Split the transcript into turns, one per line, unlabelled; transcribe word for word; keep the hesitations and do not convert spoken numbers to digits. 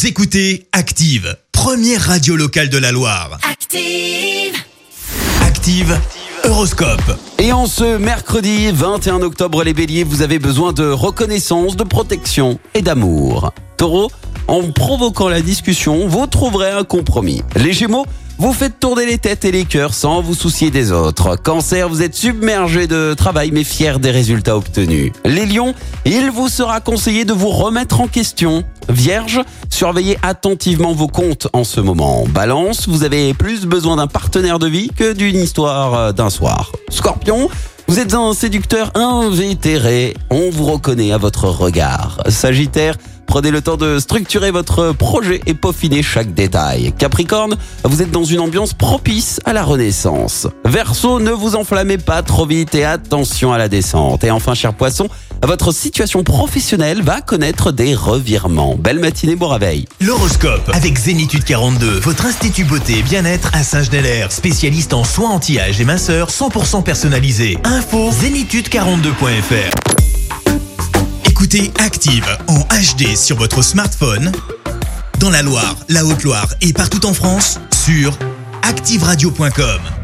Vous écoutez Active, première radio locale de la Loire.
Active.
Active Horoscope.
Et en ce mercredi vingt et un octobre, les béliers, vous avez besoin de reconnaissance, de protection et d'amour. Taureau, en provoquant la discussion, vous trouverez un compromis. Les gémeaux, vous faites tourner les têtes et les cœurs sans vous soucier des autres. Cancer, vous êtes submergé de travail mais fier des résultats obtenus. Les lions, il vous sera conseillé de vous remettre en question. Vierge, surveillez attentivement vos comptes en ce moment. Balance, vous avez plus besoin d'un partenaire de vie que d'une histoire d'un soir. Scorpion, vous êtes un séducteur invétéré, on vous reconnaît à votre regard. Sagittaire, prenez le temps de structurer votre projet et peaufiner chaque détail. Capricorne, vous êtes dans une ambiance propice à la renaissance. Verseau, ne vous enflammez pas trop vite et attention à la descente. Et enfin, cher poisson, votre situation professionnelle va connaître des revirements. Belle matinée, bon réveil.
L'horoscope avec Zénitude quarante-deux, votre institut beauté et bien-être à Saint-Genélaire. Spécialiste en soins anti-âge et minceur cent pour cent personnalisé. Info zénitude quarante-deux point f r. Écoutez Active en H D sur votre smartphone, dans la Loire, la Haute-Loire et partout en France, sur active radio point com.